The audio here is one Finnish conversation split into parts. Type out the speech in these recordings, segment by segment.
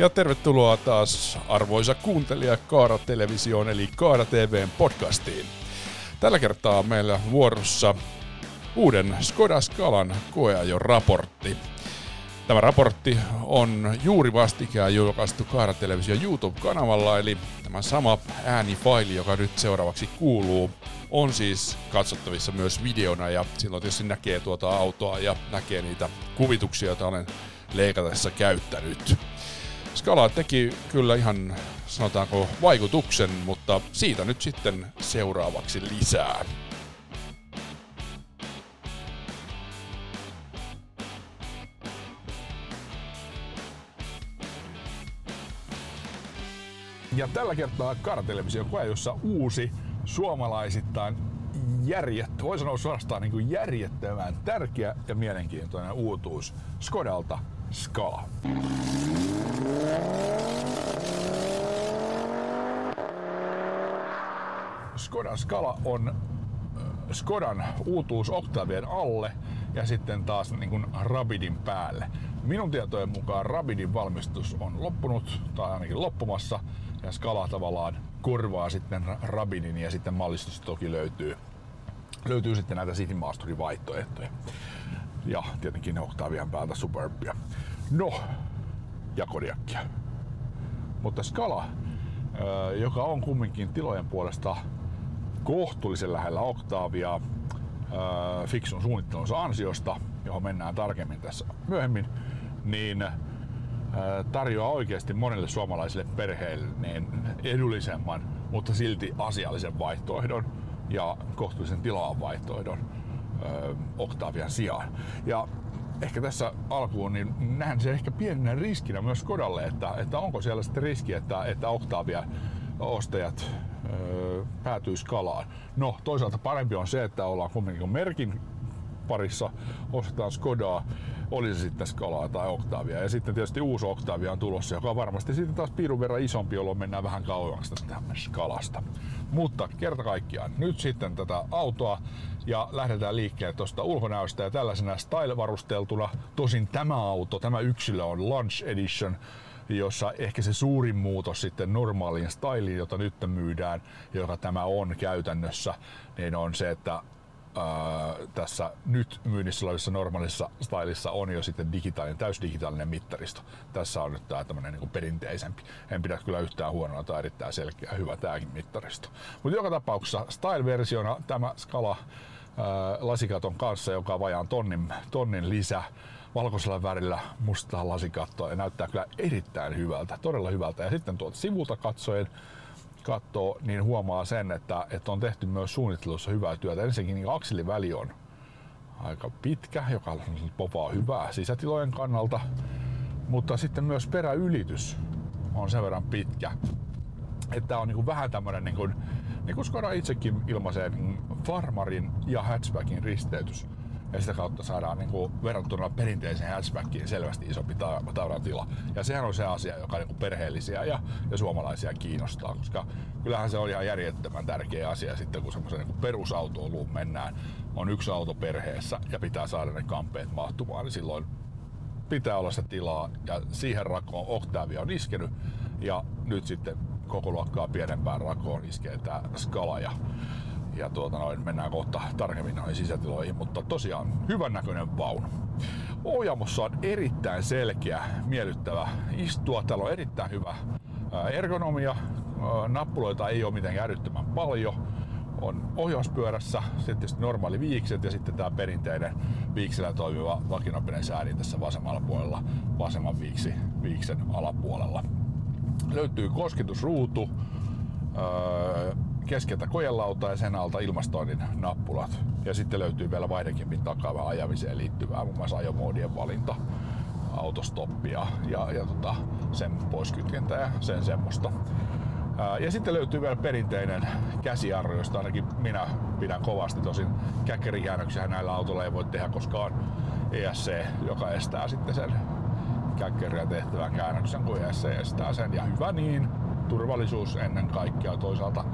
Ja tervetuloa taas arvoisa kuuntelija Kaara Televisioon eli Kaara TVn podcastiin. Tällä kertaa meillä vuorossa uuden Škoda Scalan koeajon raportti. Tämä raportti on juuri vastikään julkaistu Kaara Television YouTube-kanavalla, eli tämä sama äänifaili, joka nyt seuraavaksi kuuluu, on siis katsottavissa myös videona ja silloin tietysti näkee tuota autoa ja näkee niitä kuvituksia, joita olen leikatessa käyttänyt. Scala teki kyllä ihan, sanotaanko, vaikutuksen, mutta siitä nyt sitten seuraavaksi lisää. Ja tällä kertaa Kaara Television koeajossa uusi suomalaisittain voi sanoa suorastaan niin kuin järjettömän tärkeä ja mielenkiintoinen uutuus Škodalta Scala. Škoda Scala on Škodan uutuus Octavian alle ja sitten taas niin kuin Rapidin päälle. Minun tietojen mukaan Rapidin valmistus on loppunut tai ainakin loppumassa ja Scala tavallaan korvaa sitten Rapidin ja sitten mallistus toki löytyy sitten näitä City Masterin vaihtoehtoja. Ja tietenkin Octavian päältä Superbia. No, ja Kodiakia. Mutta Scala, joka on kumminkin tilojen puolesta kohtuullisen lähellä Octaviaa fiksun suunnittelunsa ansiosta, johon mennään tarkemmin tässä myöhemmin, niin tarjoaa oikeasti monelle suomalaisille perheille niin edullisemman, mutta silti asiallisen vaihtoehdon ja kohtuullisen tilavan vaihtoehdon Octavian sijaan. Ja ehkä tässä alkuun niin näen sen ehkä pienenä riskinä myös Škodalle, että onko siellä sitten riski, että Octavian ostajat päätyy Scalaan. No toisaalta parempi on se, että ollaan kumminkin merkin parissa, ostetaan Škodaa, oli se sitten Scalaa tai Octavia. Ja sitten tietysti uusi Octavia on tulossa, joka on varmasti sitten taas piirun verran isompi, jolloin mennään vähän kauemmaksi tästä Scalasta. Mutta kerta kaikkiaan nyt sitten tätä autoa ja lähdetään liikkeelle tuosta ulkonäöstä ja tällaisena style-varusteltuna. Tosin tämä yksilö on Launch Edition, jossa ehkä se suurin muutos sitten normaaliin styliin, jota nyt myydään, joka tämä on käytännössä, niin on se, että tässä nyt myynnissä olevissa normaalissa stylissa on jo sitten täysdigitaalinen mittaristo. Tässä on nyt tää tämmönen niinku perinteisempi. En pidä kyllä yhtään huonoa tai erittäin selkeä hyvä tääkin mittaristo. Mutta joka tapauksessa style-versiona tämä Scala lasikaton kanssa, joka on vajaan tonnin lisä valkoisella värillä mustaa lasikattoa ja näyttää kyllä erittäin hyvältä, todella hyvältä. Ja sitten tuolta sivulta katsoo, niin huomaa sen, että on tehty myös suunnittelussa hyvää työtä. Ensinnäkin niin akseliväli on aika pitkä, joka povaa hyvää sisätilojen kannalta, mutta sitten myös peräylitys on sen verran pitkä, että on niin vähän tämmöinen, niin kuin Škoda itsekin ilmaisee, niin farmarin ja hatchbackin risteytys. Ja sitä kautta saadaan niin verrattuna perinteiseen hatchbackiin selvästi isompi tavaratila. Ja sehän on se asia, joka niin perheellisiä ja suomalaisia kiinnostaa, koska kyllähän se on ihan järjettömän tärkeä asia sitten, kun semmoisen niin perusautoiluun mennään. On yksi auto perheessä ja pitää saada ne kampeet mahtumaan, niin silloin pitää olla se tilaa. Ja siihen rakoon Octavia on iskenyt ja nyt sitten koko luokkaa pienempään rakoon iskee tää Scala. Ja mennään kohta tarkemmin noihin sisätiloihin, mutta tosiaan hyvän näköinen vaunu. Ohjaamossa on erittäin selkeä, miellyttävä istua. Täällä on erittäin hyvä ergonomia. Nappuloita ei ole mitenkään älyttömän paljon. On ohjauspyörässä, sitten tietysti normaali viikset ja sitten tämä perinteinen viiksellä toimiva vakinopinen säädin tässä vasemmalla puolella, vasemman viiksen alapuolella. Löytyy kosketusruutu, keskeltä kojelauta ja sen alta ilmastoinnin nappulat. Ja sitten löytyy vielä vaihdekepin takaa vähän ajamiseen liittyvää, muun muassa ajomoodien valinta, autostoppia ja sen poiskytkentä ja sen semmoista. Ja sitten löytyy vielä perinteinen käsijarru, josta ainakin minä pidän kovasti. Tosin käkkerikäännöksiä näillä autoilla ei voi tehdä, koska on ESC, joka estää sitten sen käkkeriä tehtävän käännöksen, kun ESC estää sen. Ja hyvä niin, turvallisuus ennen kaikkea. Toisaalta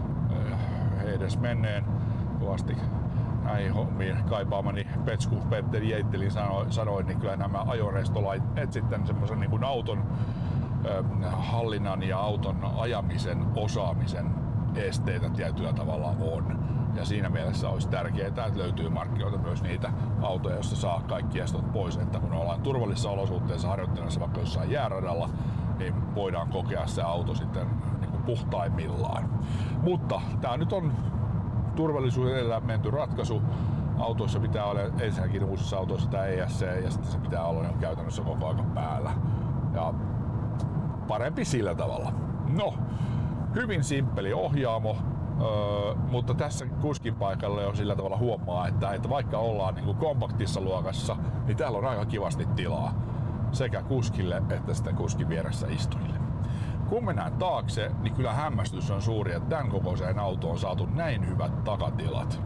edes menneen kovasti näihin hommiin kaipaamani Petsku Petteri Jeittelin sanoin, niin kyllä nämä ajoneistolait, sitten semmoisen niin kuin auton hallinnan ja auton ajamisen osaamisen esteitä tietyllä tavalla on. Ja siinä mielessä olisi tärkeää, että löytyy markkinoilta myös niitä autoja, joissa saa kaikki estot pois, että kun ollaan turvallisissa olosuhteissa harjoittelemassa vaikka jossain jääradalla, niin voidaan kokea se auto sitten niin kuin puhtaimmillaan. Mutta tää nyt on turvallisuus edellä menty ratkaisu. Autoissa pitää olla ensinnäkin uusissa autoissa tämä ESC ja sitten se pitää olla niin käytännössä koko ajan päällä. Ja parempi sillä tavalla. No, hyvin simppeli ohjaamo, mutta tässä kuskin paikalle jo sillä tavalla huomaa, että vaikka ollaan niin kuin kompaktissa luokassa, niin täällä on aika kivasti tilaa sekä kuskille että sitten kuskin vieressä istujille. Kun mennään taakse, niin kyllä hämmästys on suuri, että tämän kokoiseen autoon on saatu näin hyvät takatilat.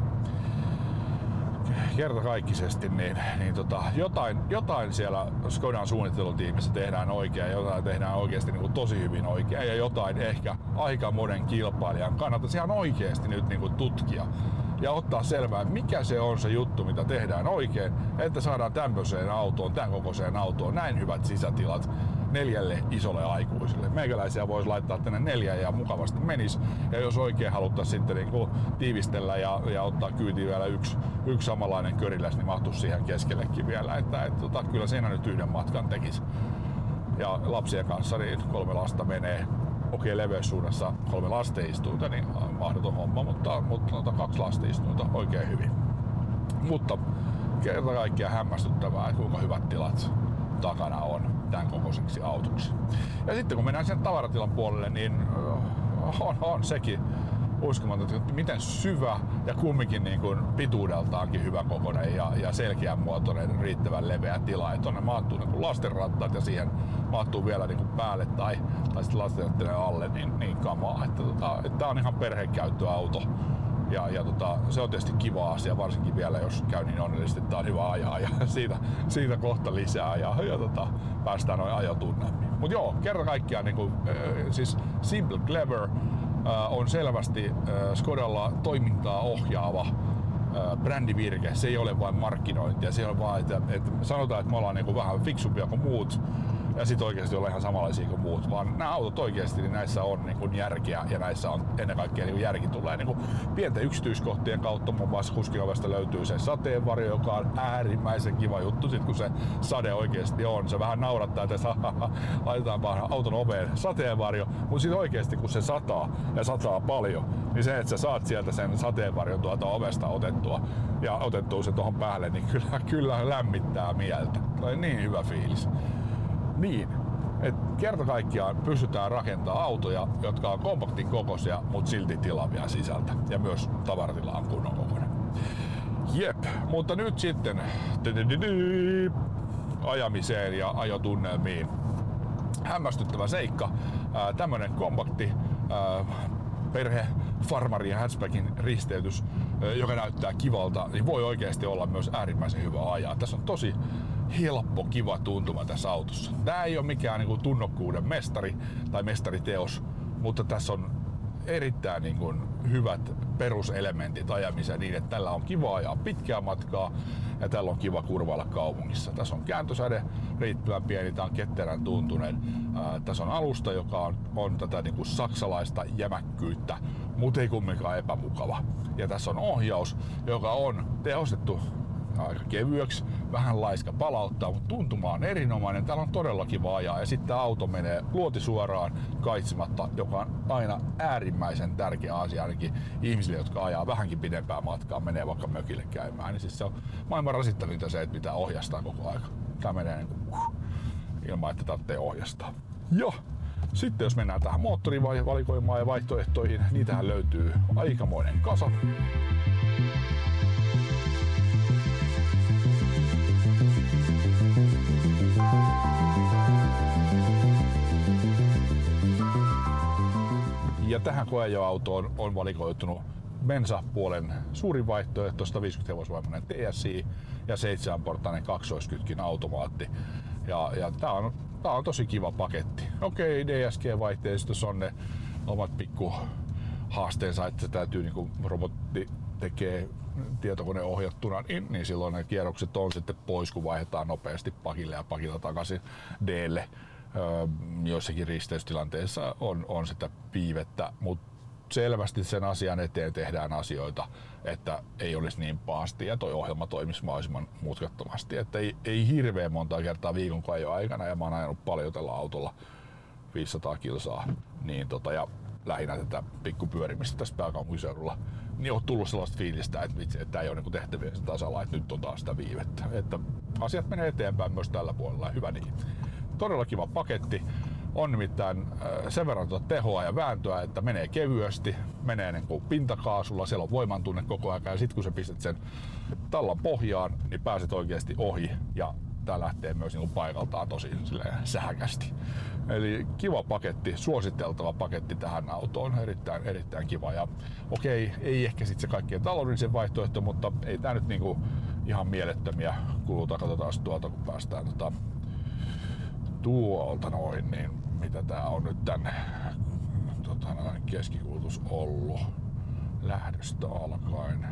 Kertakaikkisesti niin jotain siellä Skodan suunnittelutiimissä tehdään oikein, jotain tehdään oikeasti niin kuin tosi hyvin oikein ja jotain ehkä aika monen kilpailijan kannattaisi ihan oikeasti nyt niin kuin tutkia ja ottaa selvää, mikä se on se juttu, mitä tehdään oikein, että saadaan tämmöiseen autoon, tämän kokoiseen autoon näin hyvät sisätilat 4 isolle aikuisille. Meikäläisiä voisi laittaa tänne 4 ja mukavasti menis. Ja jos oikein haluttaisiin sitten niin tiivistellä ja ottaa kyytiin vielä yksi samanlainen köriläs, niin mahtuisi siihen keskellekin vielä. Kyllä siinä nyt yhden matkan tekisi. Ja lapsien kanssa niin 3 lasta menee. Okei, leveyssuunnassa 3 lasteistuinta, niin mahdoton homma, mutta 2 lasteistuinta oikein hyvin. Mutta kerta kaikkiaan hämmästyttävää, että kuinka hyvät tilat takana on tämän kokoiseksi autoksi. Ja sitten kun mennään sen tavaratilan puolelle, niin on sekin uskomaton, että miten syvä ja kumminkin niin kuin pituudeltaankin hyvä kokoinen ja selkeän muotoinen, riittävän leveä tila. Että tonne mahtuu niin kuin lastenrattaat ja siihen mahtuu vielä niin kuin päälle tai sitten lastenrattaiden alle niin kamaa. Että tää on ihan perhekäyttöauto. Ja se on tietysti kiva asia, varsinkin vielä jos käy niin onnellisesti, että on hyvä ajaa ja siitä kohta lisää ja päästään noin ajotunnelmiin. Mut joo, kerran kaikkiaan niin siis Simple Clever on selvästi Skodalla toimintaa ohjaava brändivirke. Se ei ole vain markkinointia, se ei ole vain, että sanotaan, että me ollaan niin vähän fiksumpia kuin muut ja sit oikeesti olla ihan samanlaisia kuin muut, vaan nämä autot oikeesti, niin näissä on niin kuin järkeä ja näissä on ennen kaikkea niin kuin järki tulee niin kuin pienten yksityiskohtien kautta. Muun muassa kuskin ovesta löytyy se sateenvarjo, joka on äärimmäisen kiva juttu, sit kun se sade oikeesti on. Se vähän naurattaa, että laitetaan vaan auton oveen sateenvarjo, mutta sit oikeesti kun se sataa ja sataa paljon, niin se, että sä saat sieltä sen sateenvarjon tuolta ovesta otettua ja otettua se tuohon päälle, niin kyllä lämmittää mieltä. Toi niin hyvä fiilis. Niin, että kerta kaikkiaan pystytään rakentamaan autoja, jotka on kompaktin kokoisia, mutta silti tilavia sisältä. Ja myös tavaratila on kunnon kokoinen. Jep, mutta nyt sitten ajamiseen ja ajotunnelmiin. Hämmästyttävä seikka. Tämmönen kompakti perhefarmarin ja hatchbackin risteytys, joka näyttää kivalta, niin voi oikeasti olla myös äärimmäisen hyvä ajaa. Tässä on tosi helppo, kiva tuntuma tässä autossa. Tää ei ole mikään niinku tunnokkuuden mestari tai mestariteos, mutta tässä on erittäin niinku hyvät peruselementit ajamiseen niin, että tällä on kiva ajaa pitkää matkaa ja tällä on kiva kurvailla kaupungissa. Tässä on kääntösäde riittävän pieni, tää on ketterän tuntunen. Tässä on alusta, joka on tätä niinku saksalaista jämäkkyyttä, mutta ei kumminkaan epämukava. Ja tässä on ohjaus, joka on tehostettu aika kevyeksi, vähän laiska palauttaa, mutta tuntuma on erinomainen. Täällä on todella kiva ajaa ja sitten auto menee luotisuoraan kaitsimatta, joka on aina äärimmäisen tärkeä asia ainakin ihmisille, jotka ajaa vähänkin pidempää matkaa, menee vaikka mökille käymään. Niin siis se on maailman rasittavinta se, että pitää ohjastaa koko aika. Tää menee niin kuin, ilman, että tarvitsee ohjastaa. Joo. Sitten jos mennään tähän moottorivalikoimaan ja vaihtoehtoihin, niitähän löytyy aikamoinen kasa. Ja tähän koeajoautoon on valikoitunut bensapuolen suurin vaihtoehto, 150 hevosvoimainen TSI ja 7-portainen kaksoiskytkin automaatti. Ja tää on tosi kiva paketti. Okei, DSG-vaihteistossa on ne omat pikku haasteensa, että se täytyy niinku robotti tekee tietokoneohjattuna, niin silloin ne kierrokset on sitten pois, kun vaihdetaan nopeasti pakille ja pakilla takaisin D:lle. Joissakin risteystilanteissa on sitä piivettä, mutta selvästi sen asian eteen tehdään asioita, että ei olisi niin pahasti ja toi ohjelma toimisi mahdollisimman mutkattomasti. Että ei hirveän monta kertaa viikon ajon aikana, ja mä oon ajanut paljon tällä autolla 500 kilsaa, niin ja lähinnä tätä pikkupyörimistä tässä pääkaupunkiseudulla, niin on tullut sellaista fiilistä, että ei ole niin tehtäviä tasalla, että nyt on taas sitä viivettä. Että asiat menee eteenpäin myös tällä puolella, ja hyvä niin. Todella kiva paketti. On nimittäin sen verran tehoa ja vääntöä, että menee kevyesti, menee niin kuin pintakaasulla, siellä on voimantunne koko ajan, ja sitten kun sä pistät sen tallan pohjaan, niin pääset oikeasti ohi, ja tää lähtee myös niin kuin paikaltaan tosi sähkästi. Eli kiva paketti, suositeltava paketti tähän autoon, erittäin kiva. Ja okei, ei ehkä sitten se kaikkein taloudellisin vaihtoehto, mutta ei tää nyt niinku ihan mielettömiä kuluta. Katsotaan tuolta, kun päästään tuolta noin, niin mitä tää on nyt tänne keskikulutus ollut lähdöstä alkaen.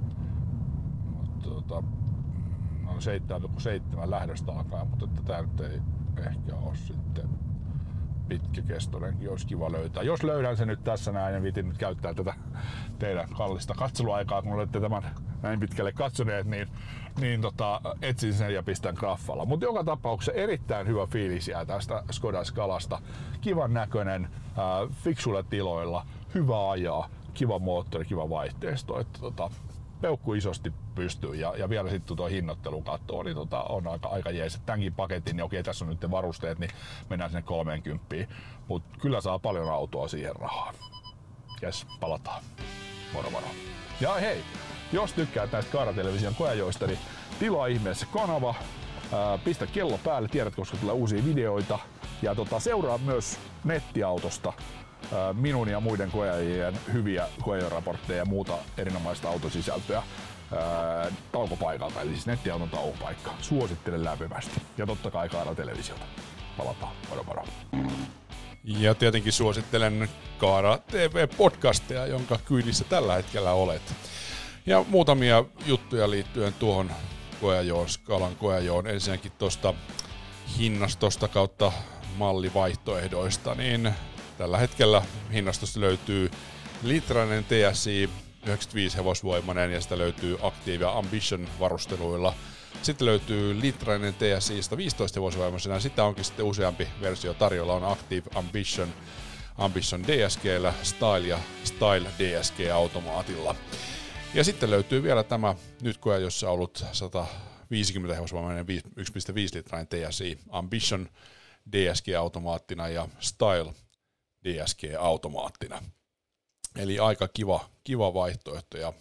7,7 lähdöstä alkaen, mutta tää nyt ei ehkä ole sitten pitkäkestoinenkin, olisi kiva löytää. Jos löydän sen nyt tässä näin, en viitin nyt käyttää tätä teidän kallista katseluaikaa, kun olette tämän näin pitkälle katsoneet, niin etsin sen ja pistän graffalla. Mutta joka tapauksessa erittäin hyvä fiilis jää tästä Škoda Scalasta. Kivan näköinen, fiksuilla tiloilla, hyvä ajaa, kiva moottori, kiva vaihteisto. Että peukku isosti pystyy ja vielä sitten tuo hinnoittelu katsoo, niin on aika jees. Tämänkin paketin, niin okei, tässä on nyt varusteet, niin mennään sinne 30, mutta kyllä saa paljon autoa siihen rahaan. Jes, palataan. Moro moro. Ja hei, jos tykkäät näistä Kaara-television koeajoista, niin tilaa ihmeessä kanava, pistä kello päälle, tiedät, koska tulee uusia videoita, ja seuraa myös nettiautosta minun ja muiden koeajien hyviä koeajoraportteja ja muuta erinomaista autosisältöä taukopaikalta, eli siis nettiauton taukopaikka. Suosittelen lämpimästi. Ja totta kai Kaara-televisiota. Palataan. Moro moro. Ja tietenkin suosittelen Kaara TV-podcasteja, jonka kyydissä tällä hetkellä olet. Ja muutamia juttuja liittyen tuohon koeajoon, Scalan koeajoon. Ensinnäkin tuosta hinnastosta kautta mallivaihtoehdoista, niin tällä hetkellä hinnastosta löytyy litrainen TSI 95 hevosvoimainen ja sitä löytyy Active ja Ambition varusteluilla. Sitten löytyy litrainen TSI 115 hevosvoimaisena ja sitä onkin sitten useampi versio tarjolla. On Active Ambition DSG:llä, Style ja Style DSG automaatilla. Ja sitten löytyy vielä tämä nyt koeajossa ollut 150 hevosvoimainen 1,5 litrainen TSI Ambition DSG-automaattina ja Style DSG-automaattina. Eli aika kiva vaihtoehto ja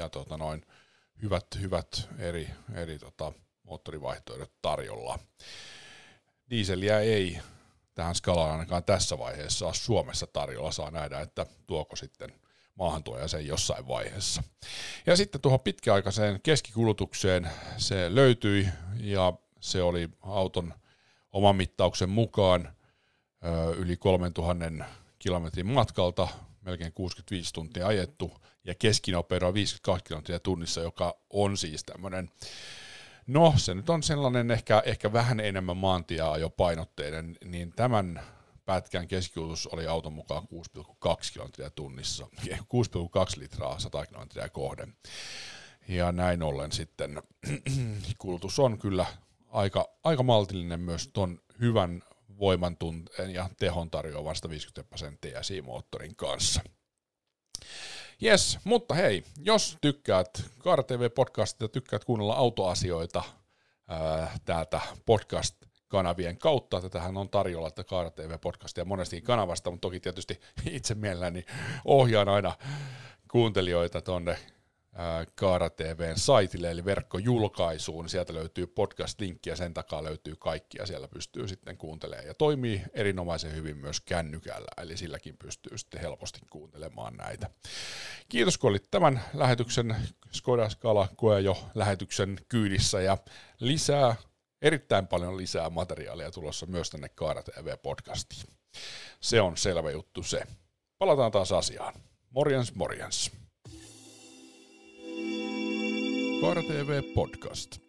hyvät eri moottorivaihtoehdot tarjolla. Dieseliä ei tähän Scalaan ainakaan tässä vaiheessa ole Suomessa tarjolla. Saa nähdä, että tuoko sitten maahantuoja sen jossain vaiheessa. Ja sitten tuohon pitkäaikaiseen keskikulutukseen se löytyi ja se oli auton oman mittauksen mukaan yli 3000 kilometrin matkalta, melkein 65 tuntia ajettu ja keskinopeus on 52 kilometriä tunnissa, joka on siis tämmöinen, no se nyt on sellainen ehkä vähän enemmän maantieajopainotteinen, niin tämän pätkän keskikulutus oli auton mukaan 6,2 kilometriä tunnissa, 6,2 litraa 100 kilometriä kohden. Ja näin ollen sitten kulutus on kyllä aika maltillinen myös ton hyvän voimantunteen ja tehon tarjoavan 150% TSI-moottorin kanssa. Jes, mutta hei, jos tykkäät Kaara TV-podcastia, tykkäät kuunnella autoasioita täältä podcast-kanavien kautta, tätähän on tarjolla, että Kaara TV-podcastia monesti kanavasta, mutta toki tietysti itse mielelläni ohjaan aina kuuntelijoita tonne Kaara TVn saitille, eli verkkojulkaisuun. Sieltä löytyy podcast-linkki ja sen takaa löytyy kaikki ja siellä pystyy sitten kuuntelemaan. Ja toimii erinomaisen hyvin myös kännykällä, eli silläkin pystyy sitten helposti kuuntelemaan näitä. Kiitos kun olit tämän lähetyksen Škoda Scala koeajo-lähetyksen kyydissä ja erittäin paljon lisää materiaalia tulossa myös tänne Kaara TV-podcastiin. Se on selvä juttu se. Palataan taas asiaan. Morjens. Kaara TV Podcast.